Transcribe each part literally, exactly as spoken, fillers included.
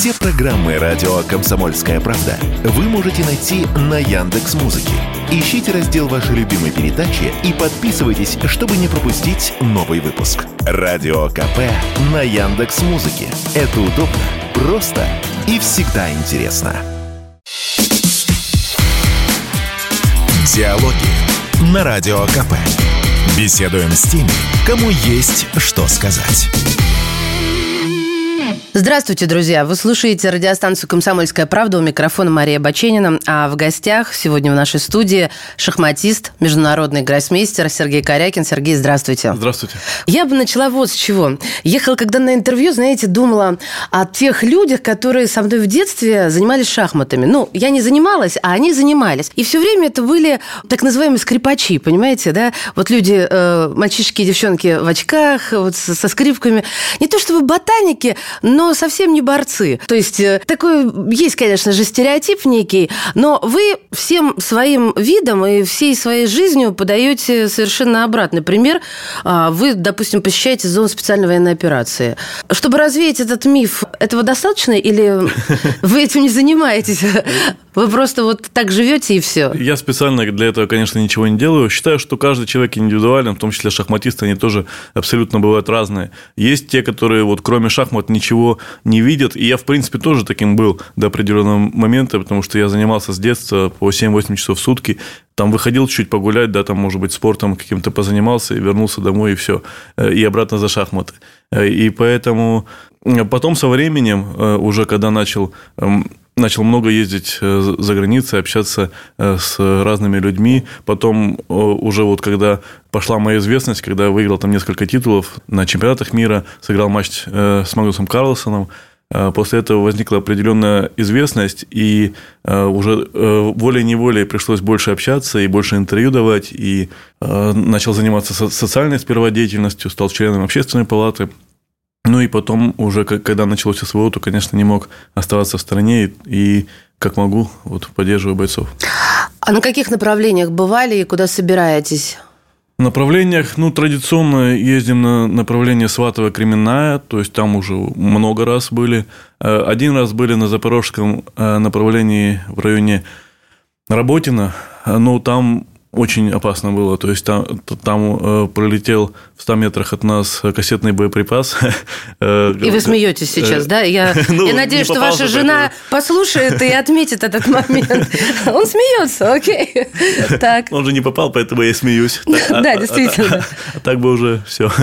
Все программы радио «Комсомольская правда» вы можете найти на Яндекс.Музыке. Ищите раздел вашей любимой передачи и подписывайтесь, чтобы не пропустить новый выпуск. Радио КП на Яндекс.Музыке. Это удобно, просто и всегда интересно. Диалоги на Радио КП. Беседуем с теми, кому есть что сказать. Здравствуйте, друзья! Вы слушаете радиостанцию «Комсомольская правда», у микрофона Мария Баченина. А в гостях сегодня в нашей студии шахматист, международный гроссмейстер Сергей Корякин. Сергей, здравствуйте. Здравствуйте. Я бы начала вот с чего. Ехала, когда на интервью, знаете, думала о тех людях, которые со мной в детстве занимались шахматами. Ну, я не занималась, а они занимались. И все время это были так называемые скрипачи, понимаете, да? Вот люди, э, мальчишки и девчонки в очках, вот со скрипками. Не то чтобы ботаники, но но совсем не борцы. То есть такой есть, конечно же, стереотип некий, но вы всем своим видом и всей своей жизнью подаете совершенно обратный пример. Вы, допустим, посещаете зону специальной военной операции. Чтобы развеять этот миф, этого достаточно или вы этим не занимаетесь? Вы просто вот так живете и все? Я специально для этого, конечно, ничего не делаю. Считаю, что каждый человек индивидуален, в том числе шахматисты, они тоже абсолютно бывают разные. Есть те, которые вот кроме шахмат ничего не видят, и я, в принципе, тоже таким был до определенного момента, потому что я занимался с детства по семь-восемь часов в сутки, там выходил чуть погулять, да, там, может быть, спортом каким-то позанимался, и вернулся домой, и все, и обратно за шахматы. И поэтому потом со временем, уже когда начал... Начал много ездить за границей, общаться с разными людьми. Потом уже вот когда пошла моя известность, когда я выиграл там несколько титулов на чемпионатах мира, сыграл матч с Магнусом Карлсеном, после этого возникла определенная известность, и уже волей-неволей пришлось больше общаться и больше интервью давать, и начал заниматься социальной сперва деятельностью, стал членом общественной палаты. Ну и потом уже, когда началось СВО, то, конечно, не мог оставаться в стороне и, как могу, вот поддерживаю бойцов. А на каких направлениях бывали и куда собираетесь? В направлениях, ну, традиционно ездим на направление Сватово-Кременная, то есть там уже много раз были. Один раз были на запорожском направлении в районе Работино, но там... Очень опасно было, то есть там, там э, пролетел в ста метрах от нас кассетный боеприпас. И вы смеетесь сейчас, да? Я, ну, я надеюсь, что ваша жена послушает и отметит этот момент. Он смеется, окей. Так. Он же не попал, поэтому я смеюсь. Да, действительно. А так бы уже все.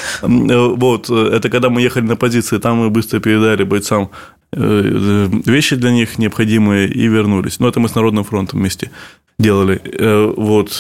Вот, это когда мы ехали на позиции, там мы быстро передали бойцам вещи для них необходимые и вернулись. Но это мы с Народным фронтом вместе делали. Вот.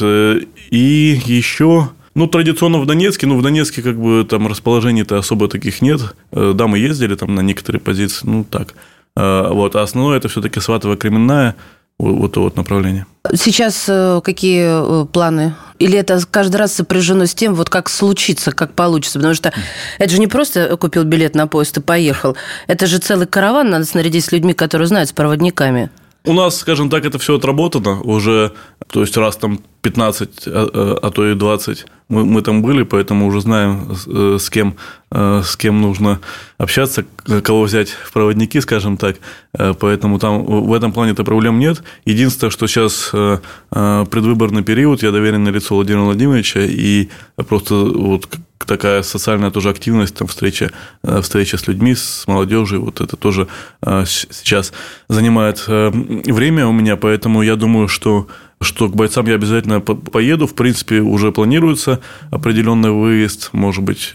И еще, ну, традиционно в Донецке, ну, в Донецке как бы там расположений-то особо таких нет. Да, мы ездили там на некоторые позиции, ну, так. Вот. А основное это все-таки Сватово-Кременная, вот это вот направление. Сейчас какие планы? Или это каждый раз сопряжено с тем, вот как случится, как получится? Потому что это же не просто купил билет на поезд и поехал. Это же целый караван, надо снарядить с людьми, которые знают, с проводниками. У нас, скажем так, это все отработано уже, то есть раз там пятнадцать, а, а то и двадцать мы, мы там были, поэтому уже знаем, с кем, с кем нужно общаться, кого взять в проводники, скажем так, поэтому там в этом плане-то проблем нет. Единственное, что сейчас предвыборный период, я доверенное лицо Владимира Владимировича, и просто вот такая социальная тоже активность, там встреча, встреча с людьми, с молодежью, вот это тоже сейчас занимает время у меня, поэтому я думаю, что что к бойцам я обязательно поеду. В принципе, уже планируется определенный выезд, может быть,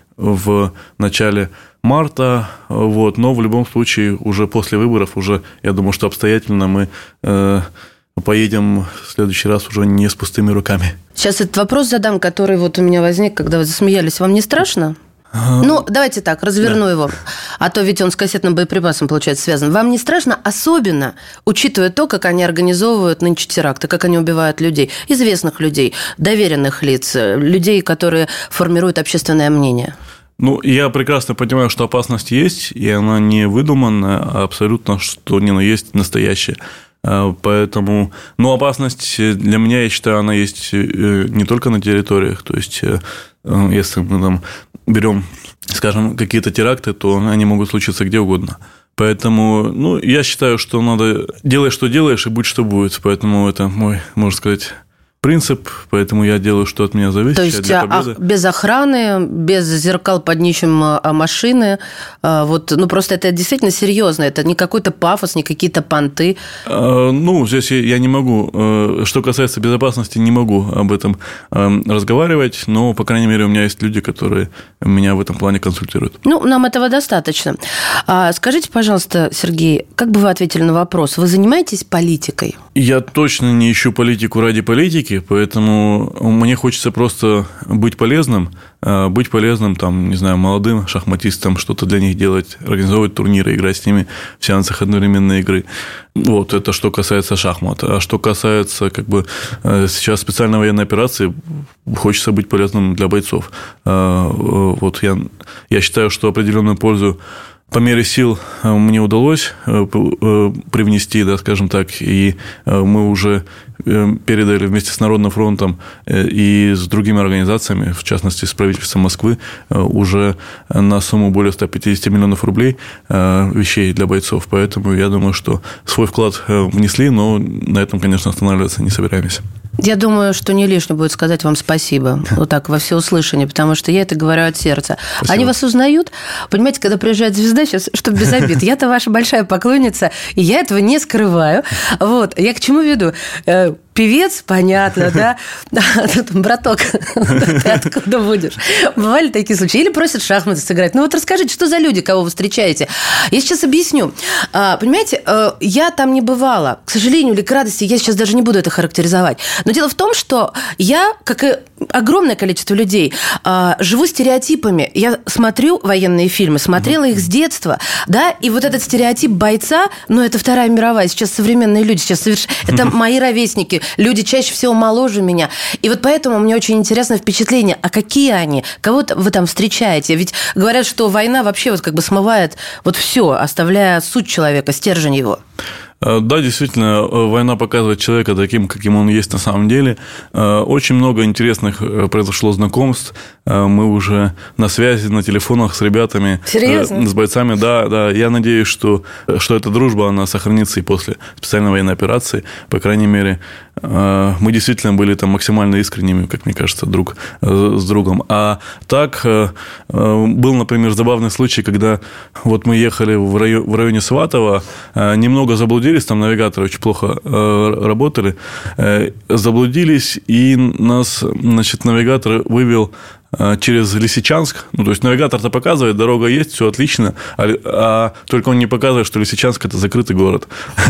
в начале марта, вот, но в любом случае уже после выборов, уже, я думаю, что обстоятельно мы э, поедем в следующий раз уже не с пустыми руками. Сейчас этот вопрос задам, который вот у меня возник, когда вы засмеялись. Вам не страшно? Ну, давайте так, разверну да. его. А то ведь он с кассетным боеприпасом, получается, связан. Вам не страшно, особенно учитывая то, как они организовывают нынче теракты, как они убивают людей, известных людей, доверенных лиц, людей, которые формируют общественное мнение? Ну, я прекрасно понимаю, что опасность есть, и она не выдуманная, а абсолютно, что ни на есть настоящая. Поэтому, ну, опасность для меня, я считаю, она есть не только на территориях. То есть, если мы там берем, скажем, какие-то теракты, то они могут случиться где угодно. Поэтому, ну, я считаю, что надо делай, что делаешь, и будь, что будет. Поэтому это мой, можно сказать, принцип, поэтому я делаю, что от меня зависит. То есть для победы. Без охраны, без зеркал под днищем машины, вот, ну просто это действительно серьезно, это не какой-то пафос, не какие-то понты. Ну, здесь я не могу, что касается безопасности, не могу об этом разговаривать, но, по крайней мере, у меня есть люди, которые меня в этом плане консультируют. Ну, нам этого достаточно. Скажите, пожалуйста, Сергей, как бы вы ответили на вопрос, вы занимаетесь политикой? Я точно не ищу политику ради политики, поэтому мне хочется просто быть полезным, быть полезным, там, не знаю, молодым шахматистам, что-то для них делать, организовывать турниры, играть с ними в сеансах одновременной игры. Вот, это что касается шахмат. А что касается, как бы, сейчас специальной военной операции, хочется быть полезным для бойцов. Вот я, я считаю, что определенную пользу по мере сил мне удалось привнести, да, скажем так, и мы уже передали вместе с Народным фронтом и с другими организациями, в частности, с правительством Москвы, уже на сумму более ста пятидесяти миллионов рублей вещей для бойцов. Поэтому я думаю, что свой вклад внесли, но на этом, конечно, останавливаться не собираемся. Я думаю, что не лишне будет сказать вам спасибо, вот так, во всеуслышание, потому что я это говорю от сердца. Спасибо. Они вас узнают, понимаете, когда приезжает звезда, сейчас, чтобы без обид, я-то ваша большая поклонница, и я этого не скрываю. Вот, я к чему веду? Певец, понятно, да? Браток, ты откуда будешь? Бывали такие случаи? Или просят шахматы сыграть. Ну вот расскажите, что за люди, кого вы встречаете? Я сейчас объясню. Понимаете, я там не бывала. К сожалению или к радости, я сейчас даже не буду это характеризовать. Но дело в том, что я, как и огромное количество людей, живу стереотипами. Я смотрю военные фильмы, смотрела их с детства, да, и вот этот стереотип бойца, ну, это Вторая мировая, сейчас современные люди, сейчас соверш... это мои ровесники, люди чаще всего моложе меня. И вот поэтому мне очень интересно впечатление, а какие они? Кого вы там встречаете? Ведь говорят, что война вообще вот как бы смывает вот все, оставляя суть человека, стержень его. Да, действительно, война показывает человека таким, каким он есть на самом деле. Очень много интересных произошло знакомств. Мы уже на связи, на телефонах с ребятами. Серьезно? С бойцами, да, да. Я надеюсь, что, что эта дружба, она сохранится и после специальной военной операции. По крайней мере, мы действительно были там максимально искренними, как мне кажется, друг с другом. А так, был, например, забавный случай, когда вот мы ехали в районе, в районе Сватова, немного заблудились, там навигаторы очень плохо работали, заблудились, и нас, значит, навигатор вывел через Лисичанск, ну, то есть навигатор-то показывает, дорога есть, все отлично, а, а только он не показывает, что Лисичанск – это закрытый город.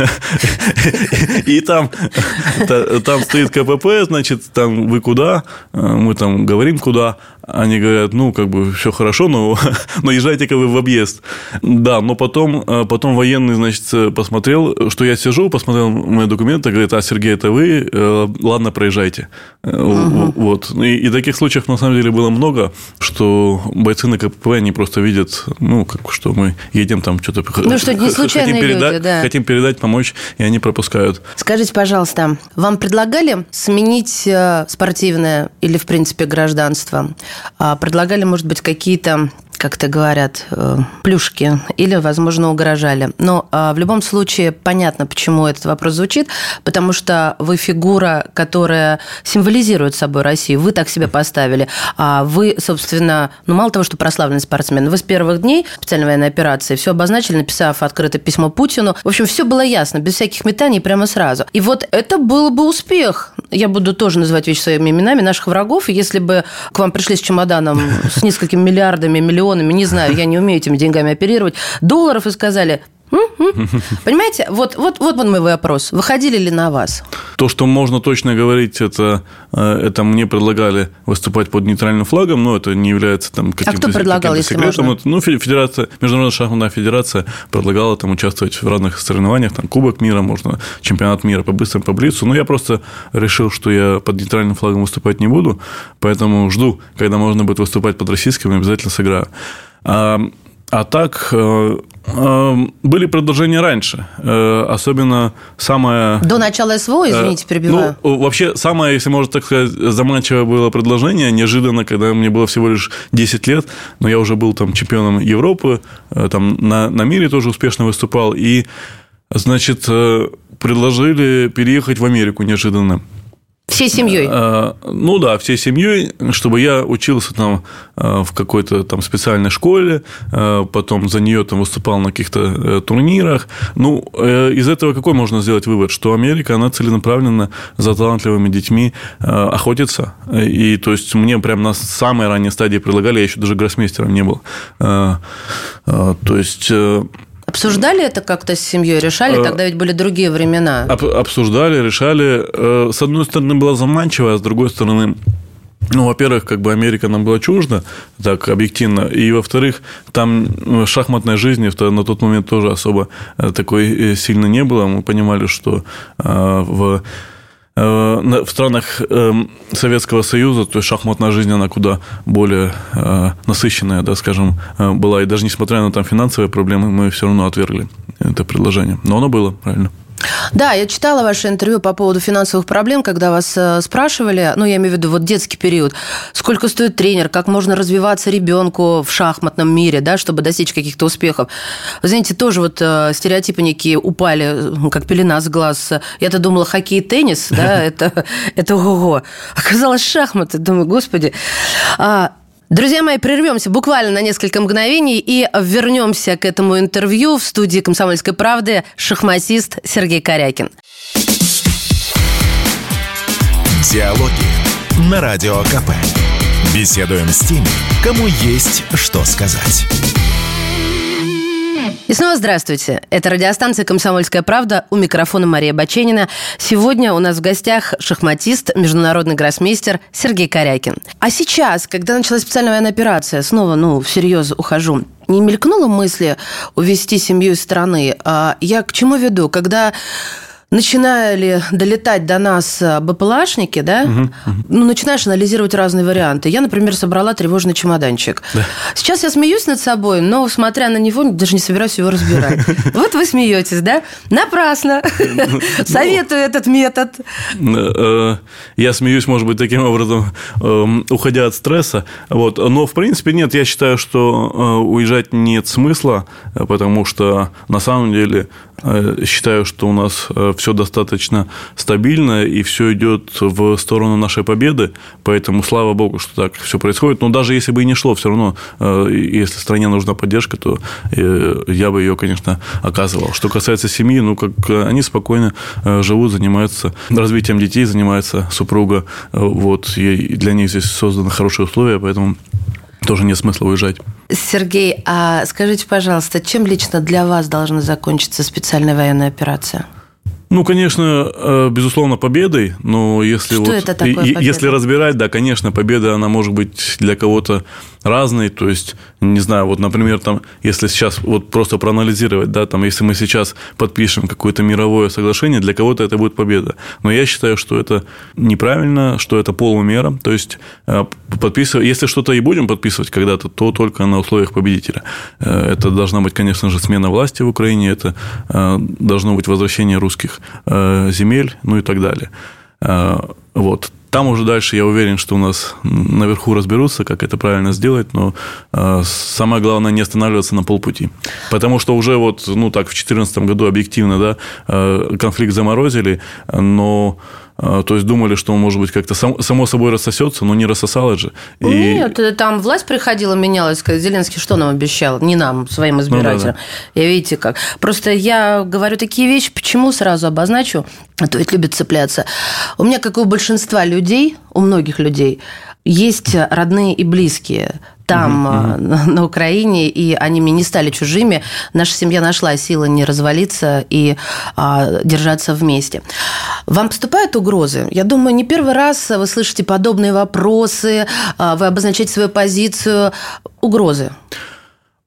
И там, там стоит ка пэ пэ, значит, там вы куда, мы там говорим куда, они говорят, ну, как бы, все хорошо, но, но езжайте-ка вы в объезд. Да, но потом, потом военный, значит, посмотрел, что я сижу, посмотрел мои документы, говорит, а, Сергей, это вы, ладно, проезжайте. Uh-huh. Вот. И, и таких случаев, на самом деле, было много, что бойцы на ка пэ пэ, они просто видят, ну, как, что мы едем там, что-то... Ну, что не случайные хотим передать, люди, да. Хотим передать, помочь, и они пропускают. Скажите, пожалуйста, вам предлагали сменить спортивное или, в принципе, гражданство? Предлагали, может быть, какие-то, как это говорят, плюшки или, возможно, угрожали. Но в любом случае понятно, почему этот вопрос звучит, потому что вы фигура, которая символизирует собой Россию, вы так себя поставили. А вы, собственно, ну, мало того, что прославленный спортсмен, вы с первых дней специальной военной операции все обозначили, написав открытое письмо Путину. В общем, все было ясно, без всяких метаний, прямо сразу. И вот это был бы успех. Я буду тоже называть вещи своими именами, наших врагов. И если бы к вам пришли с чемоданом с несколькими миллиардами, миллионами, не знаю, я не умею этими деньгами оперировать, долларов, и сказали... Понимаете, вот, вот, вот мой вопрос. Выходили ли на вас? То, что можно точно говорить, это, это мне предлагали выступать под нейтральным флагом, но это не является там каким-то, а кто предлагал, каким-то если секретом. можно? Ну, федерация, Международная шахматная федерация предлагала там участвовать в разных соревнованиях, там Кубок мира, можно чемпионат мира по быстрому, по блицу. Но я просто решил, что я под нейтральным флагом выступать не буду, поэтому жду, когда можно будет выступать под российским, и обязательно сыграю. А так, были предложения раньше, особенно самое... До начала СВО, извините, перебиваю. Ну, вообще, самое, если можно так сказать, заманчивое было предложение, неожиданно, когда мне было всего лишь десять лет, но я уже был там чемпионом Европы, там на, на мире тоже успешно выступал, и, значит, предложили переехать в Америку неожиданно. Всей семьей? Ну да, всей семьей, чтобы я учился там в какой-то там специальной школе, потом за нее там выступал на каких-то турнирах. Ну, из этого какой можно сделать вывод? Что Америка, она целенаправленно за талантливыми детьми охотится. И то есть мне прям на самой ранней стадии предлагали, я еще даже гроссмейстером не был. То есть... Обсуждали это как-то с семьей? Решали? Тогда ведь были другие времена. Обсуждали, решали. С одной стороны, было заманчиво, а с другой стороны... Ну, во-первых, как бы Америка нам была чужда, так объективно, и, во-вторых, там шахматной жизни на тот момент тоже особо такой сильно не было. Мы понимали, что в... в странах Советского Союза, то есть шахматная жизнь, она куда более насыщенная, да, скажем, была. И даже несмотря на там финансовые проблемы, мы все равно отвергли это предложение. Но оно было, правильно. Да, я читала ваше интервью по поводу финансовых проблем, когда вас спрашивали, ну, я имею в виду вот детский период, сколько стоит тренер, как можно развиваться ребенку в шахматном мире, да, чтобы достичь каких-то успехов. Вы знаете, тоже вот стереотипы некие упали, как пелена с глаз. Я-то думала, хоккей и теннис, да, это, это ого-го. Оказалось, шахматы. Думаю, господи. Друзья мои, прервемся буквально на несколько мгновений и вернемся к этому интервью. В студии «Комсомольской правды» шахматист Сергей Корякин. Диалоги на Радио КП. Беседуем с теми, кому есть что сказать. И снова здравствуйте. Это радиостанция «Комсомольская правда». У микрофона Мария Баченина. Сегодня у нас в гостях шахматист, международный гроссмейстер Сергей Корякин. А сейчас, когда началась специальная военная операция, снова, ну, всерьез ухожу, не мелькнуло мысли увезти семью из страны? Я к чему веду? Когда... начинали долетать до нас БПЛАшники, да, угу, угу. ну, начинаешь анализировать разные варианты. Я, например, собрала тревожный чемоданчик. Да. Сейчас я смеюсь над собой, но, смотря на него, даже не собираюсь его разбирать. Вот вы смеетесь, да? Напрасно. Советую этот метод. Я смеюсь, может быть, таким образом, уходя от стресса. Вот. Но, в принципе, нет, я считаю, что уезжать нет смысла, потому что, на самом деле, считаю, что у нас все достаточно стабильно, и все идет в сторону нашей победы, поэтому слава богу, что так все происходит. Но даже если бы и не шло, все равно, если стране нужна поддержка, то я бы ее, конечно, оказывал. Что касается семьи, ну, как они спокойно живут, занимаются развитием детей, занимается супруга, вот, и для них здесь созданы хорошие условия, поэтому тоже нет смысла уезжать. Сергей, а скажите, пожалуйста, чем лично для вас должна закончиться специальная военная операция? Ну, конечно, безусловно, победой, но если, Что вот, это такое победа? Если разбирать, да, конечно, победа, она может быть для кого-то разной, то есть, не знаю, вот, например, там, если сейчас вот просто проанализировать, да, там, если мы сейчас подпишем какое-то мировое соглашение, для кого-то это будет победа, но я считаю, что это неправильно, что это полумера, то есть, подписывать, если что-то и будем подписывать когда-то, то только на условиях победителя. Это должна быть, конечно же, смена власти в Украине, это должно быть возвращение русских земель, ну и так далее. Вот. Там уже дальше, я уверен, что у нас наверху разберутся, как это правильно сделать, но самое главное не останавливаться на полпути. Потому что уже вот, ну так, в две тысячи четырнадцатом году объективно, да, конфликт заморозили, но... То есть думали, что он, может быть, как-то сам, само собой рассосется, но не рассосалось же. И... Нет, там власть приходила, менялась. Зеленский что нам обещал? Не нам, своим избирателям. Ну, да, да. И видите как. Просто я говорю такие вещи, почему сразу обозначу, а то ведь любят цепляться. У меня, как и у большинства людей, у многих людей, есть родные и близкие там, uh-huh, uh-huh. на Украине, и они мне не стали чужими. Наша семья нашла силы не развалиться и а, держаться вместе. Вам поступают угрозы? Я думаю, не первый раз вы слышите подобные вопросы, вы обозначаете свою позицию. Угрозы?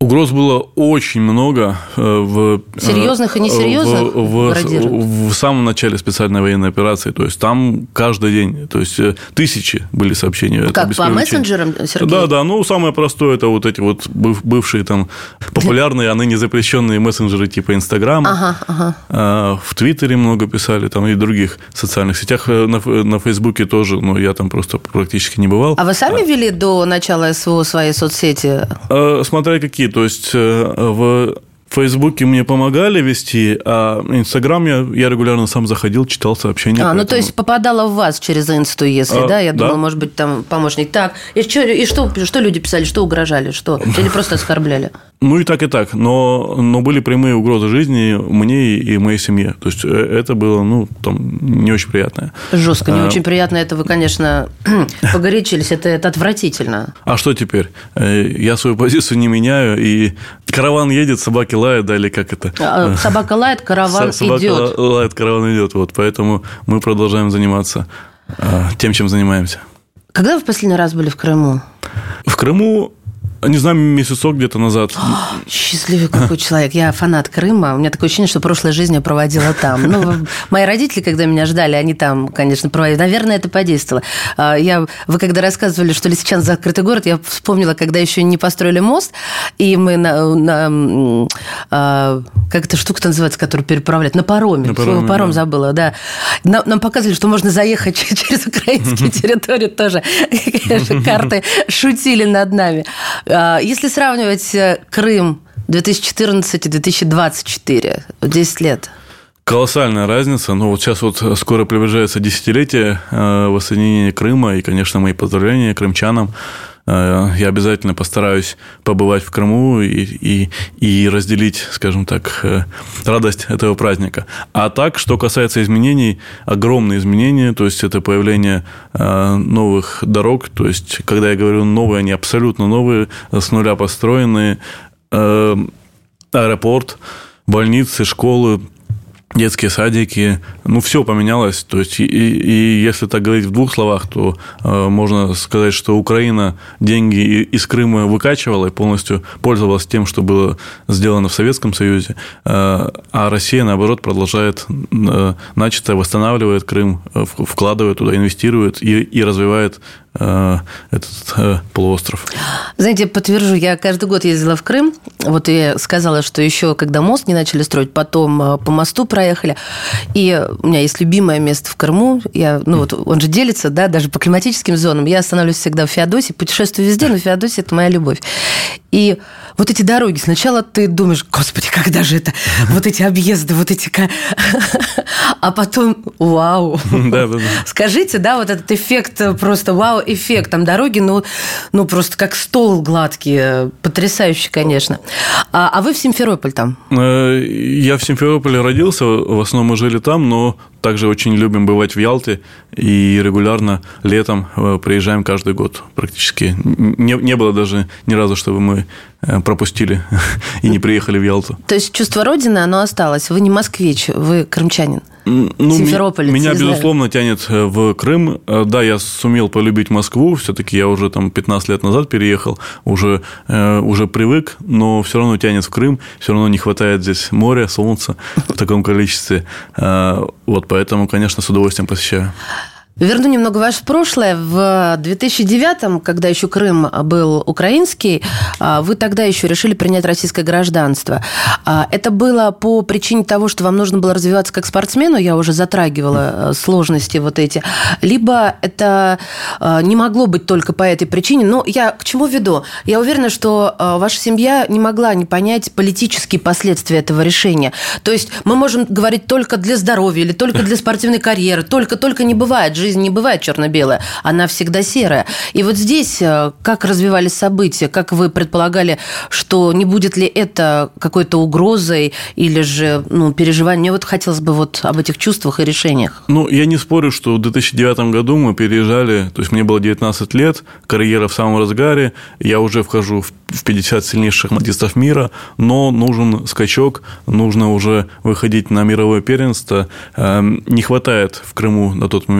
Угроз было очень много. В, серьезных и несерьезных? В, в, в самом начале специальной военной операции. То есть, там каждый день, то есть, тысячи были сообщения. Как, по мессенджерам, Сергей? Да, да. Ну, самое простое, это вот эти вот бывшие там популярные, а ныне запрещенные мессенджеры типа Инстаграма. Ага, ага. В Твиттере много писали, там и в других социальных сетях. На, на Фейсбуке тоже, но я там просто практически не бывал. А вы сами вели до начала СВО свои соцсети? Смотря какие. То есть, в В Фейсбуке мне помогали вести, а Инстаграм я, я регулярно сам заходил, читал сообщения. А, поэтому... ну то есть попадало в вас через Инсту, если, а, да? Я да. думала, может быть, там помощник. Так, и, что, и что, что люди писали, что угрожали, что? Или просто оскорбляли? Ну и так, и так. Но, но были прямые угрозы жизни мне и моей семье. То есть, это было, ну, там, не очень приятное. Жестко, не а... очень приятно. Это вы, конечно, погорячились. Это, это отвратительно. А что теперь? Я свою позицию не меняю, и караван едет, собаки лают, да, или как это? Собака лает, караван Собака идет. Собака лает, караван идет. Вот, поэтому мы продолжаем заниматься тем, чем занимаемся. Когда вы в последний раз были в Крыму? В Крыму... Не знаю, месяцок где-то назад. Счастливый какой человек. Я фанат Крыма. У меня такое ощущение, что прошлая жизнь я проводила там. Ну, мои родители, когда меня ждали, они там, конечно, проводили. Наверное, это подействовало. Я, вы когда рассказывали, что Лисичанск закрытый город, я вспомнила, когда еще не построили мост, и мы на... на как эта штука называется, которую переправляют? На пароме. На пароме, паром да. забыла, да. Нам, нам показывали, что можно заехать через украинские территории тоже. Карты шутили над нами. Если сравнивать Крым две тысячи четырнадцатый - две тысячи двадцать четыре, десять лет. Колоссальная разница. Ну, вот сейчас вот скоро приближается десятилетие воссоединения Крыма, и, конечно, мои поздравления крымчанам. Я обязательно постараюсь побывать в Крыму и, и, и разделить, скажем так, радость этого праздника. А так, что касается изменений, огромные изменения, то есть это появление новых дорог, то есть когда я говорю новые, они абсолютно новые, с нуля построенные, аэропорт, больницы, школы, детские садики, ну, все поменялось. То есть, и, и если так говорить в двух словах, то э, можно сказать, что Украина деньги из Крыма выкачивала и полностью пользовалась тем, что было сделано в Советском Союзе, э, а Россия, наоборот, продолжает э, начато, восстанавливает Крым, э, вкладывает туда, инвестирует и, и развивает э, этот э, полуостров. Знаете, подтвержу, я каждый год ездила в Крым, вот я сказала, что еще когда мост не начали строить, потом по мосту проехали, и у меня есть любимое место в Крыму, я, ну вот он же делится, да, даже по климатическим зонам, я останавливаюсь всегда в Феодосии, путешествую везде, но Феодосия – это моя любовь. И вот эти дороги, сначала ты думаешь, господи, когда же это, вот эти объезды, вот эти... А потом, вау. Да, да, да. Скажите, да, вот этот эффект, просто вау-эффект, там дороги, ну, ну просто как стол гладкий, потрясающе, конечно. А, а вы в Симферополь там? Я в Симферополе родился, в основном мы жили там, но также очень любим бывать в Ялте и регулярно летом приезжаем каждый год практически. Не, не было даже ни разу, чтобы мы пропустили и не приехали в Ялту. То есть чувство родины, оно осталось. Вы не москвич, вы крымчанин. Ну, Симферополь. Меня, безусловно, тянет в Крым. Да, я сумел полюбить Москву. Все-таки я уже там пятнадцать лет назад переехал, уже, уже привык, но все равно тянет в Крым. Все равно не хватает здесь моря, солнца в таком количестве. Вот поэтому, конечно, с удовольствием посещаю. Верну немного ваше прошлое. В две тысячи девятом, когда еще Крым был украинский, вы тогда еще решили принять российское гражданство. Это было по причине того, что вам нужно было развиваться как спортсмену, я уже затрагивала сложности вот эти, либо это не могло быть только по этой причине. Но я к чему веду? Я уверена, что ваша семья не могла не понять политические последствия этого решения. То есть мы можем говорить только для здоровья или только для спортивной карьеры, только-только не бывает. Жизнь не бывает черно-белая, она всегда серая. И вот здесь как развивались события, как вы предполагали, что не будет ли это какой-то угрозой или же ну, переживанием? Мне вот хотелось бы вот об этих чувствах и решениях. Ну, я не спорю, что в две тысячи девятом году мы переезжали, то есть мне было девятнадцать лет, карьера в самом разгаре, я уже вхожу в пятьдесят сильнейших шахматистов мира, но нужен скачок, нужно уже выходить на мировое первенство. Не хватает в Крыму на тот момент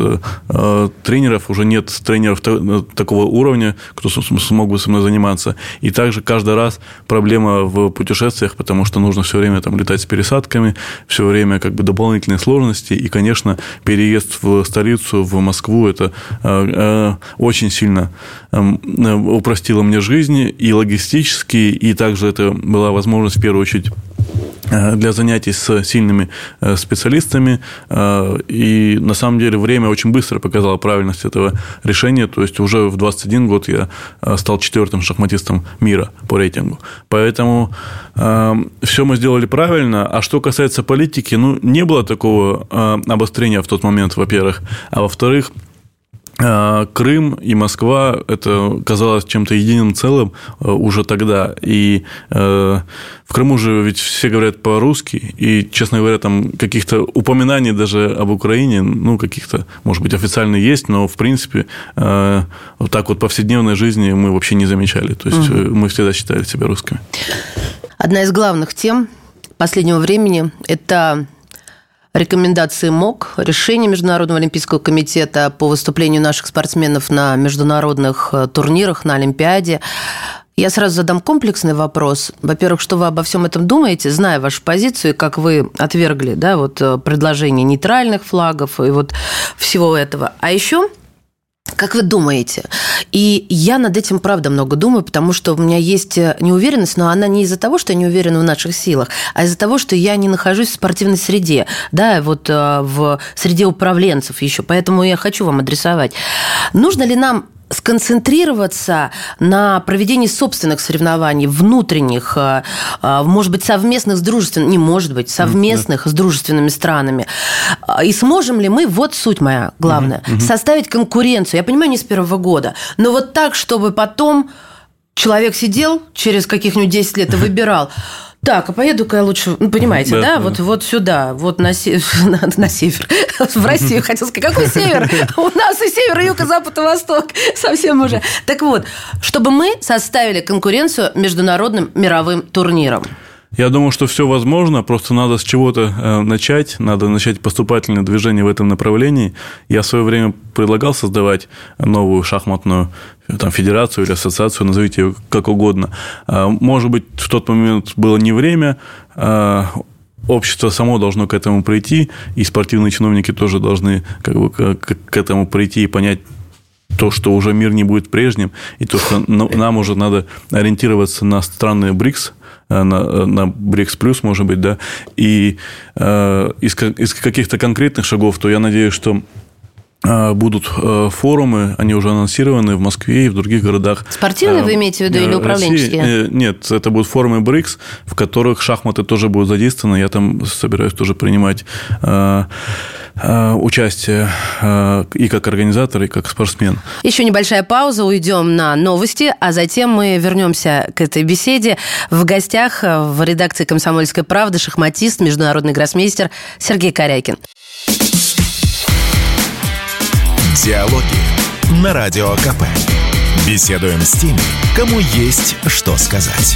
э, тренеров, уже нет тренеров та, такого уровня, кто смог бы со мной заниматься. И также каждый раз проблема в путешествиях, потому что нужно все время там летать с пересадками, все время как бы дополнительные сложности. И, конечно, переезд в столицу, в Москву, это э, э, очень сильно э, упростило мне жизнь и логистически, и также это была возможность в первую очередь для занятий с сильными специалистами. И на самом деле время очень быстро показало правильность этого решения. То есть уже в двадцать один год я стал четвертым шахматистом мира по рейтингу. Поэтому все мы сделали правильно. А что касается политики, ну, не было такого обострения в тот момент, во-первых. А во-вторых, Крым и Москва – это казалось чем-то единым целым уже тогда. И в Крыму же ведь все говорят по-русски, и, честно говоря, там каких-то упоминаний даже об Украине, ну, каких-то, может быть, официально есть, но, в принципе, вот так вот в повседневной жизни мы вообще не замечали. То есть угу. мы всегда считали себя русскими. Одна из главных тем последнего времени – это рекомендации МОК, решение Международного олимпийского комитета по выступлению наших спортсменов на международных турнирах, на Олимпиаде. Я сразу задам комплексный вопрос. Во-первых, что вы обо всем этом думаете, зная вашу позицию, как вы отвергли, да, вот предложение нейтральных флагов и вот всего этого. А еще, как вы думаете? И я над этим, правда, много думаю, потому что у меня есть неуверенность, но она не из-за того, что я не уверена в наших силах, а из-за того, что я не нахожусь в спортивной среде, да, вот в среде управленцев еще. Поэтому я хочу вам адресовать. Нужно ли нам сконцентрироваться на проведении собственных соревнований, внутренних, может быть, совместных с дружественными, не может быть, совместных mm-hmm. с дружественными странами. И сможем ли мы, вот суть моя главная, mm-hmm. составить конкуренцию, я понимаю, не с первого года, но вот так, чтобы потом человек сидел через каких-нибудь десять лет и выбирал, так, а поеду-ка я лучше, ну, понимаете, да, да? да. Вот, вот сюда, вот на, се... на, на север, в Россию, хотел сказать, какой север? У нас и север, и юг, и запад, и восток, совсем уже. Так вот, чтобы мы составили конкуренцию международным мировым турнирам. Я думаю, что все возможно, просто надо с чего-то начать, надо начать поступательное движение в этом направлении. Я в свое время предлагал создавать новую шахматную там, федерацию или ассоциацию, назовите ее как угодно. Может быть, в тот момент было не время, общество само должно к этому прийти, и спортивные чиновники тоже должны как бы, к этому прийти и понять, то, что уже мир не будет прежним, и то, что нам уже надо ориентироваться на страны БРИКС, на, на БРИКС плюс, может быть, да, и э, из, из каких-то конкретных шагов, то я надеюсь, что э, будут э, форумы, они уже анонсированы в Москве и в других городах. Спортивные э, вы имеете в виду или управленческие? России. Э, нет, это будут форумы БРИКС, в которых шахматы тоже будут задействованы, я там собираюсь тоже принимать э, участие и как организатор, и как спортсмен. Еще небольшая пауза, уйдем на новости, а затем мы вернемся к этой беседе. В гостях в редакции «Комсомольской правды» шахматист, международный гроссмейстер Сергей Корякин. Диалоги на Радио КП. Беседуем с теми, кому есть что сказать.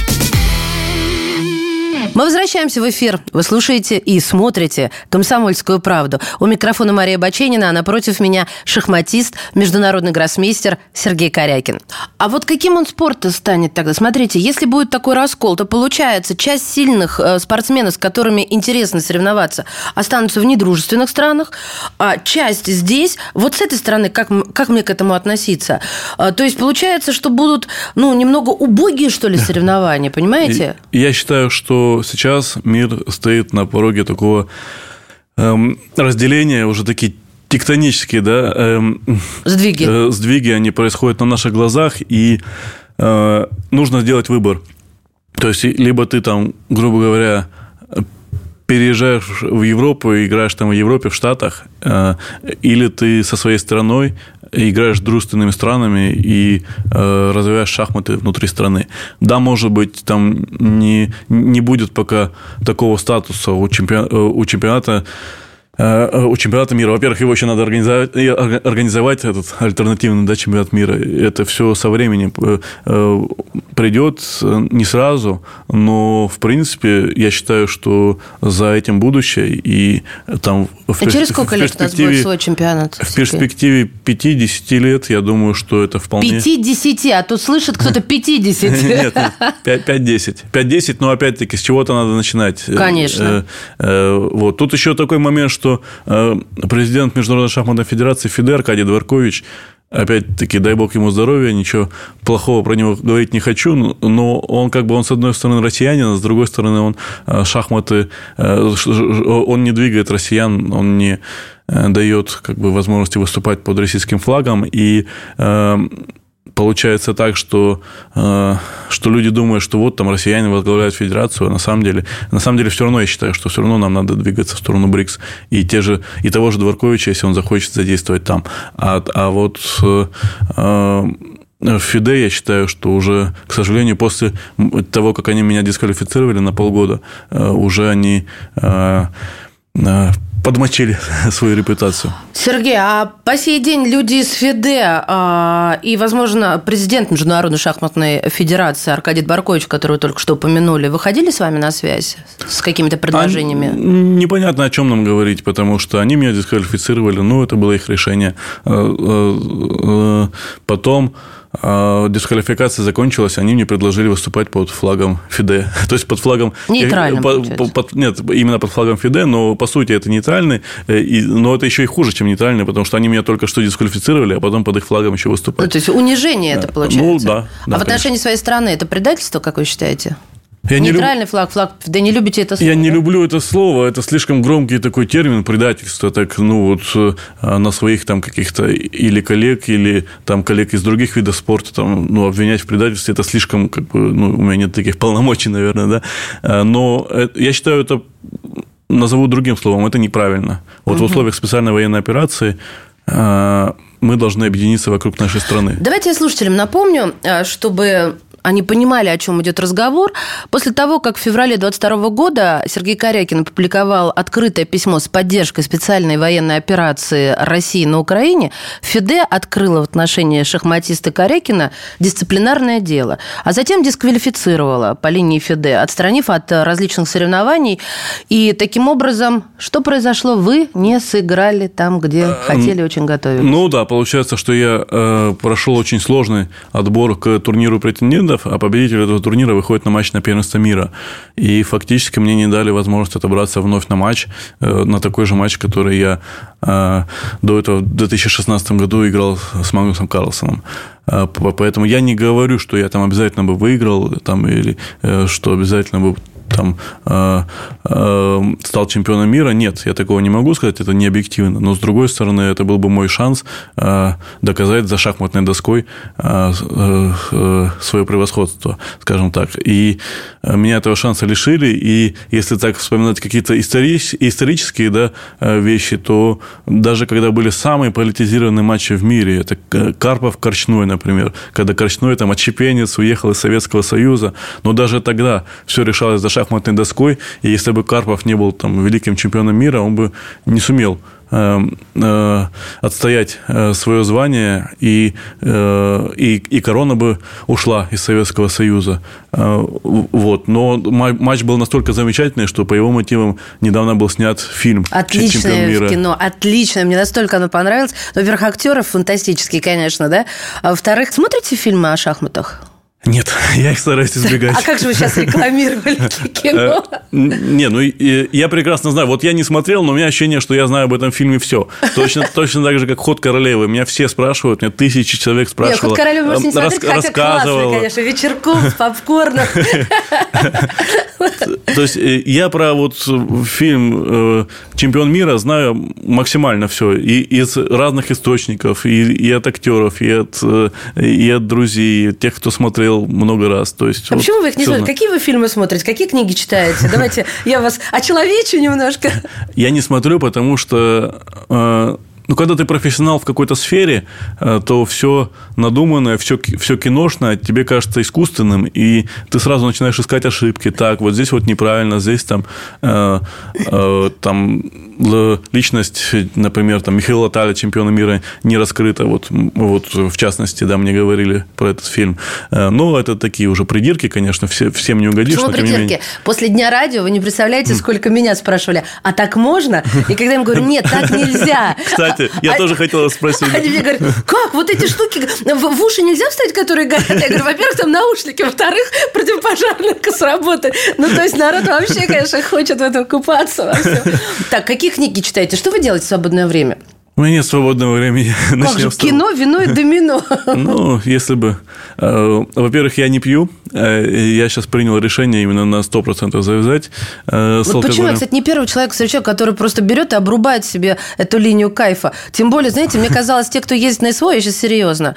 Мы возвращаемся в эфир. Вы слушаете и смотрите «Комсомольскую правду». У микрофона Мария Баченина, а напротив меня шахматист, международный гроссмейстер Сергей Корякин. А вот каким он спорт станет тогда? Смотрите, если будет такой раскол, то получается, часть сильных спортсменов, с которыми интересно соревноваться, останутся в недружественных странах, а часть здесь. Вот с этой стороны, как, как мне к этому относиться? То есть получается, что будут ну, немного убогие, что ли, соревнования, понимаете? Я считаю, что сейчас мир стоит на пороге такого эм, разделения, уже такие тектонические, да, эм, сдвиги. Э, сдвиги, они происходят на наших глазах, и э, нужно сделать выбор. То есть, либо ты там, грубо говоря, переезжаешь в Европу и играешь там в Европе, в Штатах, э, или ты со своей страной играешь с дружественными странами и э, развиваешь шахматы внутри страны. Да, может быть, там не, не будет пока такого статуса у, чемпион, у чемпионата У чемпионата мира. Во-первых, его еще надо организовать, организовать этот альтернативный, да, чемпионат мира. Это все со временем придет, не сразу, но, в принципе, я считаю, что за этим будущее. И там в а через сколько лет у нас будет свой чемпионат? В перспективе пяти-десяти лет, я думаю, что это вполне... пяти-десяти, а тут слышит кто-то пятьдесят. Нет, пять-десять. пять-десять, но опять-таки с чего-то надо начинать. Конечно. Вот. Тут еще такой момент, что что президент Международной шахматной федерации ФИДЕ Аркадий Дворкович, опять-таки, дай бог ему здоровья, ничего плохого про него говорить не хочу, но он как бы, он с одной стороны россиянин, а с другой стороны он шахматы, он не двигает россиян, он не дает как бы возможности выступать под российским флагом, и получается так, что, э, что люди думают, что вот там россияне возглавляют федерацию, а на самом деле, на самом деле все равно я считаю, что все равно нам надо двигаться в сторону БРИКС и, те же, и того же Дворковича, если он захочет задействовать там. А, а вот э, э, в ФИДЕ я считаю, что уже, к сожалению, после того, как они меня дисквалифицировали на полгода, э, уже они... Э, э, подмочили свою репутацию. Сергей, а по сей день люди из ФИДЕ э, и, возможно, президент Международной шахматной федерации Аркадий Дворкович, которого вы только что упомянули, выходили с вами на связь с какими-то предложениями? А, непонятно, о чем нам говорить, потому что они меня дисквалифицировали, ну, это было их решение. Потом дисквалификация закончилась, они мне предложили выступать под флагом ФИДЕ. То есть под флагом... Нейтральным, под, под, Нет, именно под флагом ФИДЕ, но по сути это нейтральный, и, но это еще и хуже, чем нейтральный, потому что они меня только что дисквалифицировали, а потом под их флагом еще выступать. Ну, то есть унижение это получается? Ну, да. А да, в отношении конечно. своей страны это предательство, как вы считаете? Я Нейтральный люб... флаг, флаг, да не любите это слово? Я не да? люблю это слово, это слишком громкий такой термин, предательство, так, ну, вот на своих там каких-то или коллег, или там коллег из других видов спорта, там, ну, обвинять в предательстве, это слишком, как бы, ну, у меня нет таких полномочий, наверное, да, но я считаю, это, назову другим словом, это неправильно. Вот угу. в условиях специальной военной операции мы должны объединиться вокруг нашей страны. Давайте я слушателям напомню, чтобы... они понимали, о чем идет разговор. После того, как в феврале двадцать второго года Сергей Карякин опубликовал открытое письмо с поддержкой специальной военной операции России на Украине, ФИДЕ открыла в отношении шахматиста Карякина дисциплинарное дело, а затем дисквалифицировала по линии ФИДЕ, отстранив от различных соревнований. И таким образом, что произошло? Вы не сыграли там, где хотели, очень готовились. Ну да, получается, что я э, прошел очень сложный отбор к турниру претендентов, а победитель этого турнира выходит на матч на первенство мира. И фактически мне не дали возможность отобраться вновь на матч, на такой же матч, который я до этого в две тысячи шестнадцатом году играл с Магнусом Карлсоном. Поэтому я не говорю, что я там обязательно бы выиграл, там, или что обязательно бы там, э, э, стал чемпионом мира. Нет, я такого не могу сказать, это не объективно. Но, с другой стороны, это был бы мой шанс э, доказать за шахматной доской э, э, свое превосходство, скажем так. И меня этого шанса лишили. И если так вспоминать какие-то историч, исторические да, вещи, то даже когда были самые политизированные матчи в мире, это Карпов-Корчной, например, когда Корчной, там, отщепенец, уехал из Советского Союза, но даже тогда все решалось за шахматной доской, и если бы Карпов не был там великим чемпионом мира, он бы не сумел э, э, отстоять э, свое звание, и, э, и, и корона бы ушла из Советского Союза. Э, вот. Но матч был настолько замечательный, что по его мотивам недавно был снят фильм «Чемпион мира». Отличное кино, отличное. Мне настолько оно понравилось. Во-первых, актеры фантастические, конечно, да? А во-вторых, смотрите фильмы о шахматах? Нет, я их стараюсь избегать. А как же вы сейчас рекламировали кино? Не, ну я прекрасно знаю. Вот я не смотрел, но у меня ощущение, что я знаю об этом фильме все. Точно, точно так же, как «Ход королевы». Меня все спрашивают, меня тысячи человек спрашивало. Нет, «Ход королевы» можно не смотреть, хотя классный, конечно, вечерком с попкорном. То есть я про вот фильм «Чемпион мира» знаю максимально все. И из разных источников, и, и от актеров, и от, и от друзей, и тех, кто смотрел много раз. То есть, а вот, почему вы их не смотрите? Какие вы фильмы смотрите? Какие книги читаете? Давайте я вас очеловечу немножко. Я не смотрю, потому что... Ну, когда ты профессионал в какой-то сфере, то все надуманное, все, все киношное тебе кажется искусственным, и ты сразу начинаешь искать ошибки. Так, вот здесь вот неправильно, здесь там, э, э, там личность, например, там, Михаила Таля, чемпиона мира, не раскрыта. Вот, вот в частности, да, мне говорили про этот фильм. Но это такие уже придирки, конечно, все, всем не угодишь. Почему придирки? Менее... После Дня радио вы не представляете, сколько меня спрашивали, а так можно? И когда я им говорю, нет, так нельзя. Кстати, я а, тоже хотела спросить. Они мне говорят, как, вот эти штуки в уши нельзя вставить, которые горят? Я говорю, во-первых, там наушники, во-вторых, противопожарная сработает. Ну, то есть народ вообще, конечно, хочет в этом купаться во всем. Так, какие книги читаете? Что вы делаете в свободное время? У меня нет свободного времени. Как же, кино, вино и домино. Ну, если бы... Во-первых, я не пью. Я сейчас принял решение именно на сто процентов завязать с вот почему я, кстати, не первый человек встречаю, который просто берет и обрубает себе эту линию кайфа. Тем более, знаете, мне казалось, те, кто ездит на СВО, я сейчас серьезно,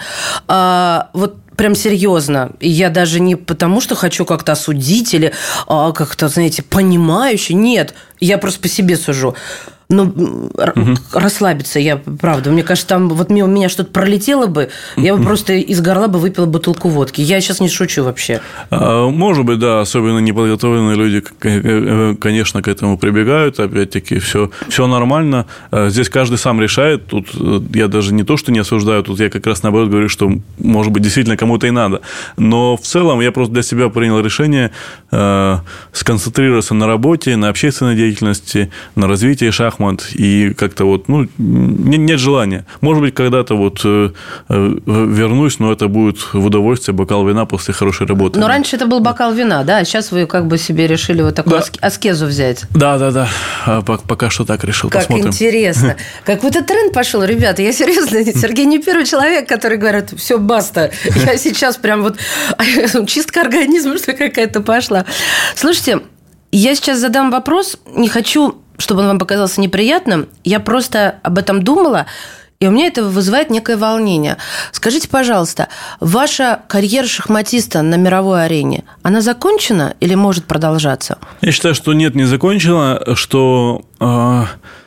вот прям серьезно. И я даже не потому, что хочу как-то осудить или как-то, знаете, понимающе. Нет, я просто по себе сужу. Ну, угу. расслабиться, я, правда, мне кажется, там вот мимо меня что-то пролетело бы, я бы просто из горла бы выпила бутылку водки. Я сейчас не шучу вообще. Может быть, да, особенно неподготовленные люди, конечно, к этому прибегают, опять-таки, все, все нормально. Здесь каждый сам решает, тут я даже не то, что не осуждаю, тут я как раз наоборот говорю, что, может быть, действительно кому-то и надо. Но в целом я просто для себя принял решение сконцентрироваться на работе, на общественной деятельности, на развитии шахмат. И как-то вот, ну, нет желания. Может быть, когда-то вот э, вернусь, но это будет в удовольствие, бокал вина после хорошей работы. Но раньше это был бокал вина, да? А сейчас вы как бы себе решили вот такую да. аскезу взять. Да, да, да. Пока что так решил. Как посмотрим. Интересно. Какой-то тренд пошел, ребята. Я серьезно, Сергей не первый человек, который говорит, все, баста. Я сейчас прям вот чистка организма, что какая-то пошла. Слушайте, я сейчас задам вопрос, не хочу... чтобы он вам показался неприятным, я просто об этом думала, и у меня это вызывает некое волнение. Скажите, пожалуйста, ваша карьера шахматиста на мировой арене, она закончена или может продолжаться? Я считаю, что нет, не закончена, что э,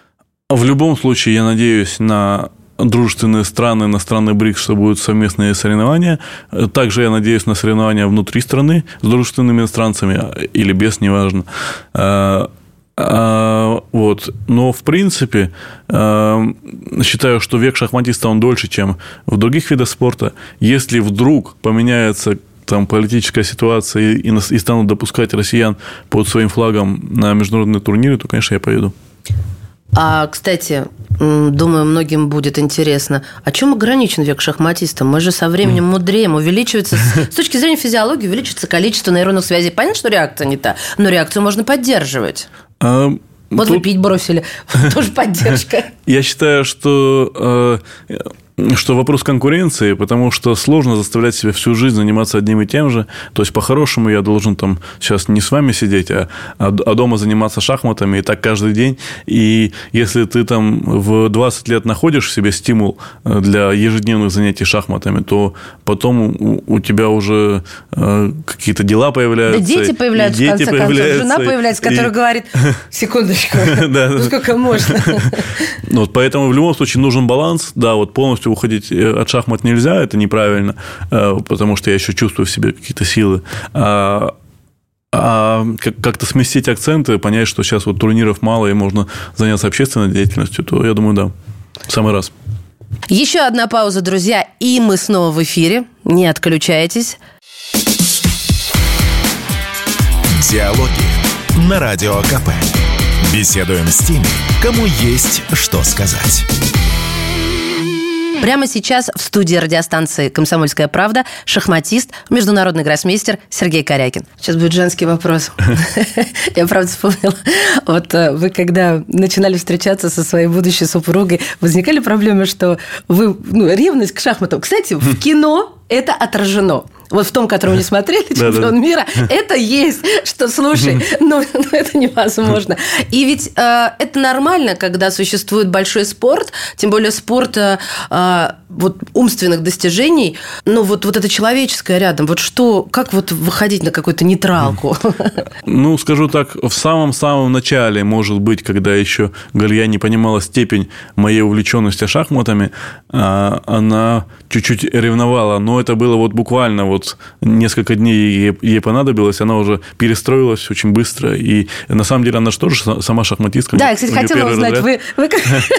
в любом случае, я надеюсь на дружественные страны, на страны БРИКС, что будут совместные соревнования. Также я надеюсь на соревнования внутри страны с дружественными иностранцами или без, неважно. Вот. Но, в принципе, считаю, что век шахматиста, он дольше, чем в других видах спорта. Если вдруг поменяется там политическая ситуация и, и станут допускать россиян под своим флагом на международные турниры, то, конечно, я поеду. А, кстати, думаю, многим будет интересно, о чем ограничен век шахматиста? Мы же со временем мудреем, увеличивается, с точки зрения физиологии, увеличивается количество нейронных связей. Понятно, что реакция не та, но реакцию можно поддерживать. А, вот тут... вы пить бросили, тоже поддержка. Я считаю, что... что вопрос конкуренции, потому что сложно заставлять себя всю жизнь заниматься одним и тем же. То есть, по-хорошему, я должен там сейчас не с вами сидеть, а, а дома заниматься шахматами, и так каждый день. И если ты там в двадцать лет находишь в себе стимул для ежедневных занятий шахматами, то потом у, у тебя уже э, какие-то дела появляются. Да дети появляются, в конце концов. Жена появляется, которая говорит, секундочку, ну сколько можно. Поэтому в любом случае нужен баланс. Да, вот полностью уходить от шахмат нельзя, это неправильно, потому что я еще чувствую в себе какие-то силы. А, а как-то сместить акценты, понять, что сейчас вот турниров мало и можно заняться общественной деятельностью, то я думаю, да, в самый раз. Еще одна пауза, друзья, и мы снова в эфире. Не отключайтесь. Диалоги на Радио КП. Беседуем с теми, кому есть что сказать. Прямо сейчас в студии радиостанции «Комсомольская правда» шахматист, международный гроссмейстер Сергей Корякин. Сейчас будет женский вопрос. Я правда вспомнила. Вот вы, когда начинали встречаться со своей будущей супругой, возникали проблемы, что вы... Ну, ревность к шахматам. Кстати, в кино это отражено. вот в том, который мы не смотрели, чемпион мира, это есть, что, слушай, ну, это невозможно. И ведь это нормально, когда существует большой спорт, тем более спорт вот умственных достижений, но вот, вот это человеческое рядом, вот что, как вот выходить на какую-то нейтралку? Ну, скажу так, в самом-самом начале, может быть, когда еще Галия не понимала степень моей увлеченности шахматами, она чуть-чуть ревновала, но это было вот буквально вот несколько дней ей, ей понадобилось, она уже перестроилась очень быстро, и на самом деле она же тоже сама шахматистка. Да, я, кстати, хотела узнать, вы, вы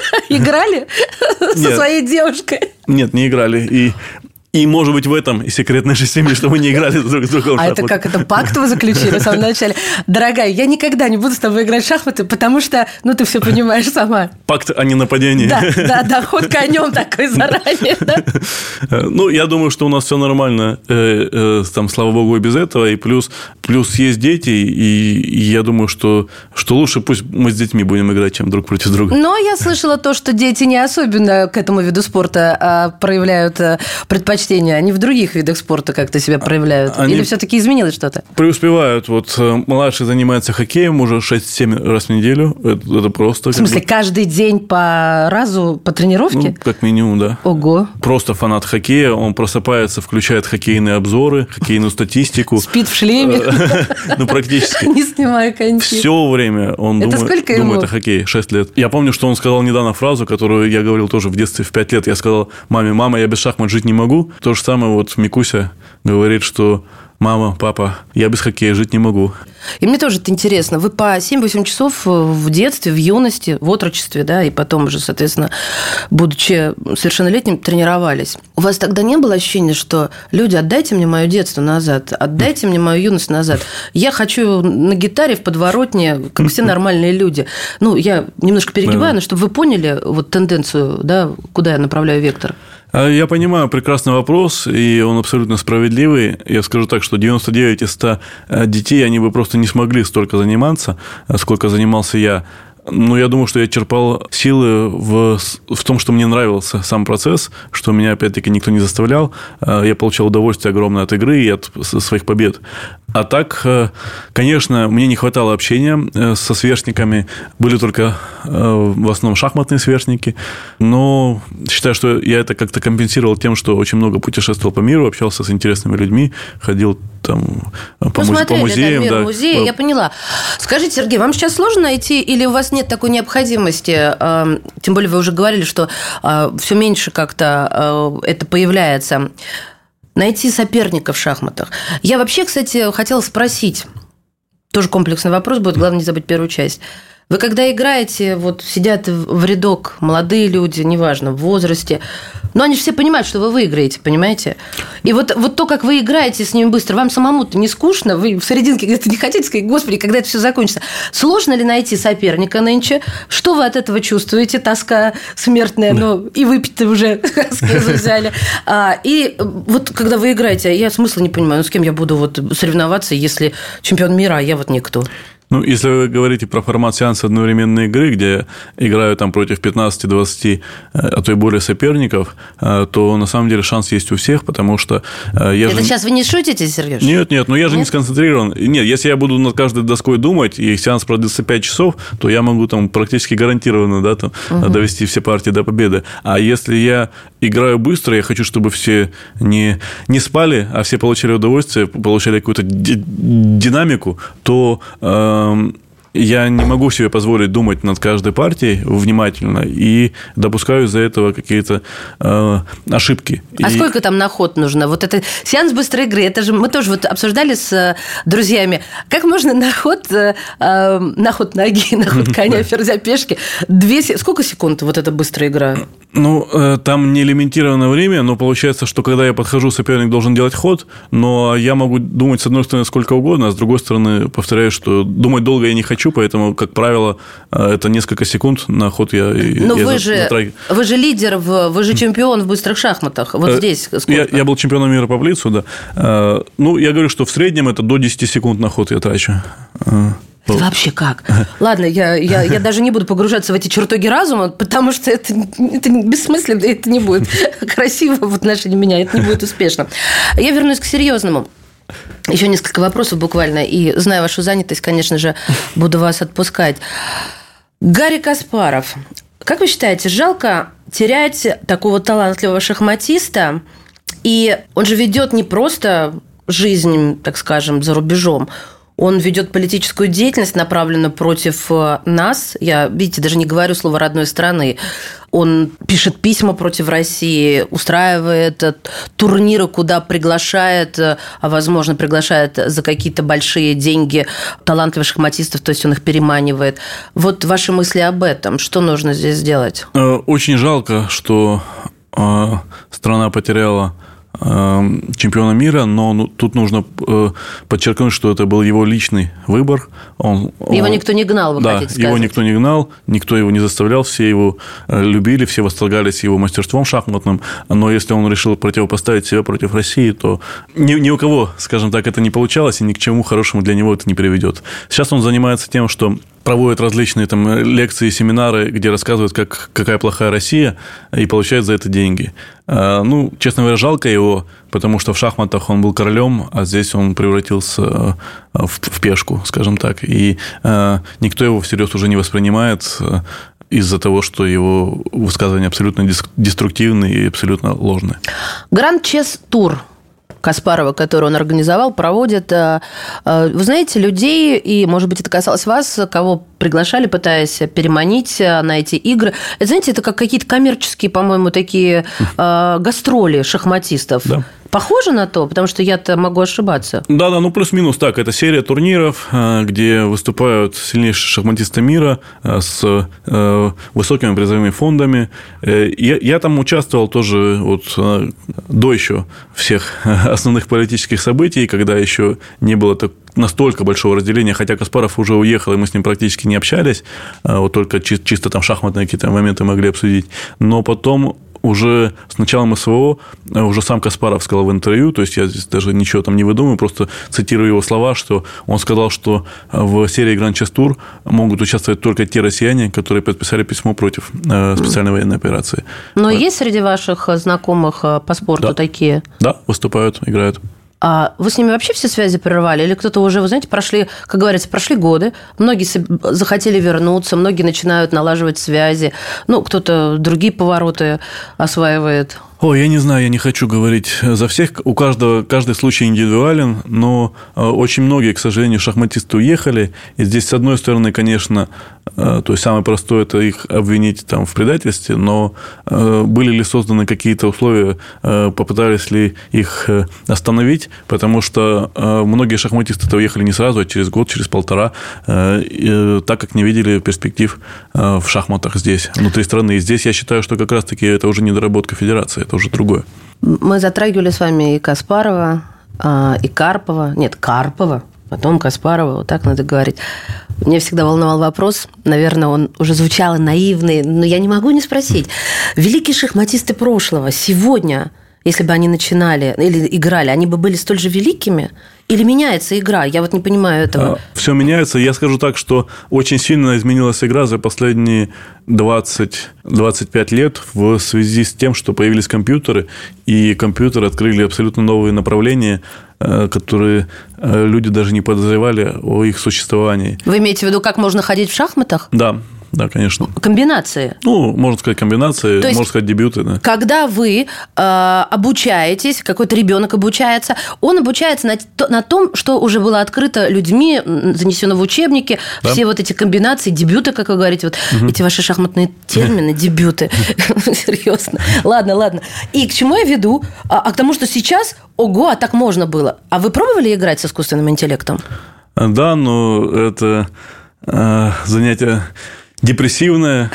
играли со своей девушкой? Нет, не играли, и... И, может быть, в этом и секрет нашей семьи, что мы не играли друг с другом в шахматы. А это как, это пакт вы заключили в самом начале? Дорогая, я никогда не буду с тобой играть в шахматы, потому что, ну, ты все понимаешь сама. Пакт, а не нападение. Да, да, да, ход конем такой заранее, да? Ну, я думаю, что у нас все нормально, там, слава богу, и без этого, и плюс, плюс есть дети, и, и я думаю, что, что лучше пусть мы с детьми будем играть, чем друг против друга. Но я слышала то, что дети не особенно к этому виду спорта проявляют предпочтение. Они в других видах спорта как-то себя проявляют? Они Или все-таки изменилось что-то? Преуспевают. Вот младший занимается хоккеем уже шесть-семь раз в неделю. Это, это просто... В смысле, бы... каждый день по разу по тренировке? Ну, как минимум, да. Ого. Просто фанат хоккея. Он просыпается, включает хоккейные обзоры, хоккейную статистику. Спит в шлеме? Ну, практически. Не снимая коньки. Все время он думает о хоккее. Шесть лет. Я помню, что он сказал недавно фразу, которую я говорил тоже в детстве в пять лет. Я сказал маме: мама, я без шахмат жить не могу. То же самое вот Микуся говорит, что мама, папа, я без хоккея жить не могу. И мне тоже это интересно. Вы по семь-восемь часов в детстве, в юности, в отрочестве, да, и потом уже, соответственно, будучи совершеннолетним, тренировались. У вас тогда не было ощущения, что люди, отдайте мне мое детство назад, отдайте мне мою юность назад. Я хочу на гитаре в подворотне, как все нормальные люди. Ну, я немножко перегибаю, но чтобы вы поняли вот тенденцию, да, куда я направляю вектор. Я понимаю прекрасный вопрос, и он абсолютно справедливый. Я скажу так, что девяносто девять из ста детей, они бы просто не смогли столько заниматься, сколько занимался я. Ну, я думаю, что я черпал силы в, в том, что мне нравился сам процесс, что меня, опять-таки, никто не заставлял. Я получал удовольствие огромное от игры и от своих побед. А так, конечно, мне не хватало общения со сверстниками. Были только в основном шахматные сверстники. Но считаю, что я это как-то компенсировал тем, что очень много путешествовал по миру, общался с интересными людьми, ходил там по, музе- по музеям. Да, да. музеи, я поняла. Скажите, Сергей, вам сейчас сложно найти, или у вас нет такой необходимости? Тем более вы уже говорили, что все меньше как-то это появляется. Найти соперника в шахматах. Я вообще, кстати, хотела спросить, тоже комплексный вопрос будет, главное не забыть первую часть. Вы когда играете, вот сидят в рядок молодые люди, неважно, в возрасте, но они же все понимают, что вы выиграете, понимаете? И вот, вот то, как вы играете с ними быстро, вам самому-то не скучно? Вы в серединке где-то не хотите сказать: господи, когда это все закончится? Сложно ли найти соперника нынче? Что вы от этого чувствуете? Тоска смертная, да. Ну и выпить-то уже аскезу взяли. И вот когда вы играете, я смысла не понимаю, ну с кем я буду вот соревноваться, если чемпион мира, а я вот никто. Ну, если вы говорите про формат сеанса одновременной игры, где играю там против пятнадцати-двадцати, а то и более соперников, то на самом деле шанс есть у всех, потому что... Я Это же... сейчас вы не шутите, Сергей? Нет, нет, но я же нет? не сконцентрирован. Нет, если я буду над каждой доской думать, и сеанс продлится пять часов, то я могу там практически гарантированно, да, там, угу. довести все партии до победы. А если я играю быстро, я хочу, чтобы все не, не спали, а все получали удовольствие, получали какую-то динамику, то... я не могу себе позволить думать над каждой партией внимательно и допускаю из-за этого какие-то э, ошибки. А и... сколько там на ход нужно? Вот это сеанс быстрой игры, это же мы тоже вот обсуждали с друзьями, как можно на ход, э, на ход ноги, на ход коня, ферзя, пешки, две... сколько секунд вот эта быстрая игра? Ну, там не лимитировано время, но получается, что когда я подхожу, соперник должен делать ход, но я могу думать с одной стороны сколько угодно, а с другой стороны, повторяю, что думать долго я не хочу, поэтому, как правило, это несколько секунд на ход я... Но я вы, за, же, затраг... вы же лидер, в, вы же чемпион в быстрых шахматах, вот здесь сколько? Я, я был чемпионом мира по блицу, да. Ну, я говорю, что в среднем это до десяти секунд на ход я трачу. Это вообще как? Ладно, я, я, я даже не буду погружаться в эти чертоги разума, потому что это, это бессмысленно, это не будет красиво в отношении меня, это не будет успешно. Я вернусь к серьезному. Еще несколько вопросов буквально, и, зная вашу занятость, конечно же, буду вас отпускать. Гарри Каспаров. Как вы считаете, жалко терять такого талантливого шахматиста? И он же ведет не просто жизнь, так скажем, за рубежом, он ведет политическую деятельность, направленную против нас. Я, видите, даже не говорю слово родной страны. Он пишет письма против России, устраивает турниры, куда приглашает, а, возможно, приглашает за какие-то большие деньги талантливых шахматистов, то есть он их переманивает. Вот ваши мысли об этом. Что нужно здесь сделать? Очень жалко, что страна потеряла чемпиона мира, но тут нужно подчеркнуть, что это был его личный выбор. Он, его он, никто не гнал, вы да, хотите сказать? Его никто не гнал, никто его не заставлял, все его любили, все восторгались его мастерством шахматным, но если он решил противопоставить себя против России, то ни, ни у кого, скажем так, это не получалось, и ни к чему хорошему для него это не приведет. Сейчас он занимается тем, что проводит различные там лекции, семинары, где рассказывают, как, какая плохая Россия, и получает за это деньги. Ну, честно говоря, жалко его, потому что в шахматах он был королем, а здесь он превратился в, в пешку, скажем так. И никто его всерьез уже не воспринимает из-за того, что его высказывания абсолютно деструктивные и абсолютно ложные. Гранд Чес Тур Каспарова, который он организовал, проводит, вы знаете, людей, и, может быть, это касалось вас, кого приглашали, пытаясь переманить на эти игры. Это, знаете, это как какие-то коммерческие, по-моему, такие э, гастроли шахматистов. Да. Похоже на то? Потому что я-то могу ошибаться. Да-да, ну плюс-минус так. Это серия турниров, где выступают сильнейшие шахматисты мира с высокими призовыми фондами. Я, я там участвовал тоже вот до еще всех основных политических событий, когда еще не было так настолько большого разделения, хотя Каспаров уже уехал, и мы с ним практически не общались, вот только чисто там шахматные какие-то моменты могли обсудить. Но потом уже с началом СВО уже сам Каспаров сказал в интервью, то есть я здесь даже ничего там не выдумываю, просто цитирую его слова, что он сказал, что в серии Гранд Чес Тур могут участвовать только те россияне, которые подписали письмо против специальной военной операции. Но вот. Есть среди ваших знакомых по спорту да. такие? Да, выступают, играют. А вы с ними вообще все связи прервали? Или кто-то уже, вы знаете, прошли, как говорится, прошли годы, многие захотели вернуться, многие начинают налаживать связи, ну, кто-то другие повороты осваивает. О, я не знаю, я не хочу говорить за всех. У каждого, каждый случай индивидуален, но очень многие, к сожалению, шахматисты уехали. И здесь, с одной стороны, конечно, то есть самое простое – это их обвинить там, в предательстве, но были ли созданы какие-то условия, попытались ли их остановить, потому что многие шахматисты-то уехали не сразу, а через год, через полтора, так как не видели перспектив в шахматах здесь, внутри страны. И здесь я считаю, что как раз-таки это уже недоработка федерации. Это уже другое. Мы затрагивали с вами и Каспарова, и Карпова. Нет, Карпова, потом Каспарова, вот так надо говорить. Меня всегда волновал вопрос, наверное, он уже звучал наивный, но я не могу не спросить. Великие шахматисты прошлого сегодня, если бы они начинали или играли, они бы были столь же великими? Или меняется игра? Я вот не понимаю этого. Все меняется. Я скажу так, что очень сильно изменилась игра за последние двадцать-двадцать пять лет в связи с тем, что появились компьютеры, и компьютеры открыли абсолютно новые направления, которые люди даже не подозревали о их существовании. Вы имеете в виду, как можно ходить в шахматах? Да. Да, конечно. Комбинации? Ну, можно сказать, комбинации, то есть, можно сказать, дебюты. Да. Когда вы э, обучаетесь, какой-то ребенок обучается, он обучается на, на том, что уже было открыто людьми, занесено в учебники, да. Все вот эти комбинации, дебюты, как вы говорите, вот угу. Эти ваши шахматные термины, дебюты. Серьезно. Ладно, ладно. И к чему я веду? А, а к тому, что сейчас, ого, а так можно было. А вы пробовали играть с искусственным интеллектом? Да, но это э, занятие... депрессивная.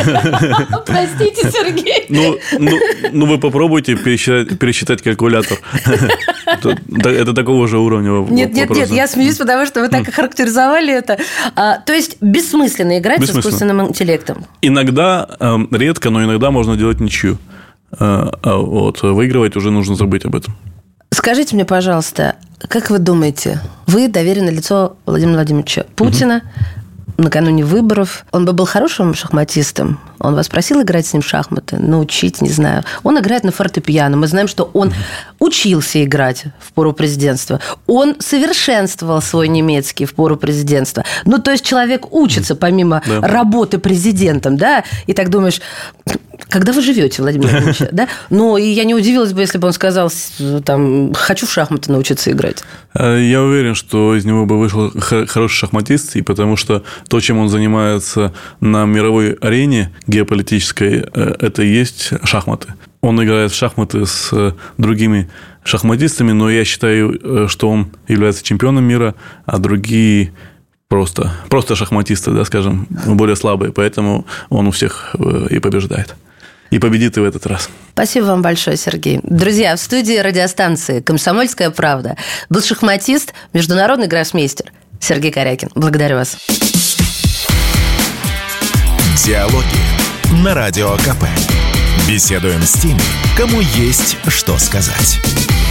Простите, Сергей. Ну, ну, ну, вы попробуйте пересчитать, пересчитать калькулятор. Это, это такого же уровня вопроса. Нет, нет, нет, я смеюсь, потому что вы так охарактеризовали это. А, то есть, бессмысленно играть бессмысленно. С искусственным интеллектом? Иногда, редко, но иногда можно делать ничью. Вот, выигрывать уже нужно забыть об этом. Скажите мне, пожалуйста, Как вы думаете, вы доверенное лицо Владимира Владимировича Путина, угу. накануне выборов. Он бы был хорошим шахматистом? Он вас просил играть с ним в шахматы, научить, не знаю. Он играет на фортепиано. Мы знаем, что он учился играть в пору президентства. Он совершенствовал свой немецкий в пору президентства. Ну, то есть человек учится помимо да. работы президентом, да? И так думаешь, когда вы живете, Владимир Владимирович, да? Ну, и я не удивилась бы, если бы он сказал, там, хочу в шахматы научиться играть. Я уверен, что из него бы вышел хороший шахматист, и потому что то, чем он занимается на мировой арене геополитической, это и есть шахматы. Он играет в шахматы с другими шахматистами, но я считаю, что он является чемпионом мира, а другие просто, просто шахматисты, да, скажем, более слабые, поэтому он у всех и побеждает. И победит и в этот раз. Спасибо вам большое, Сергей. Друзья, в студии радиостанции «Комсомольская правда» был шахматист, международный гроссмейстер Сергей Корякин. Благодарю вас. Диалоги на Радио КП. Беседуем с теми, кому есть что сказать.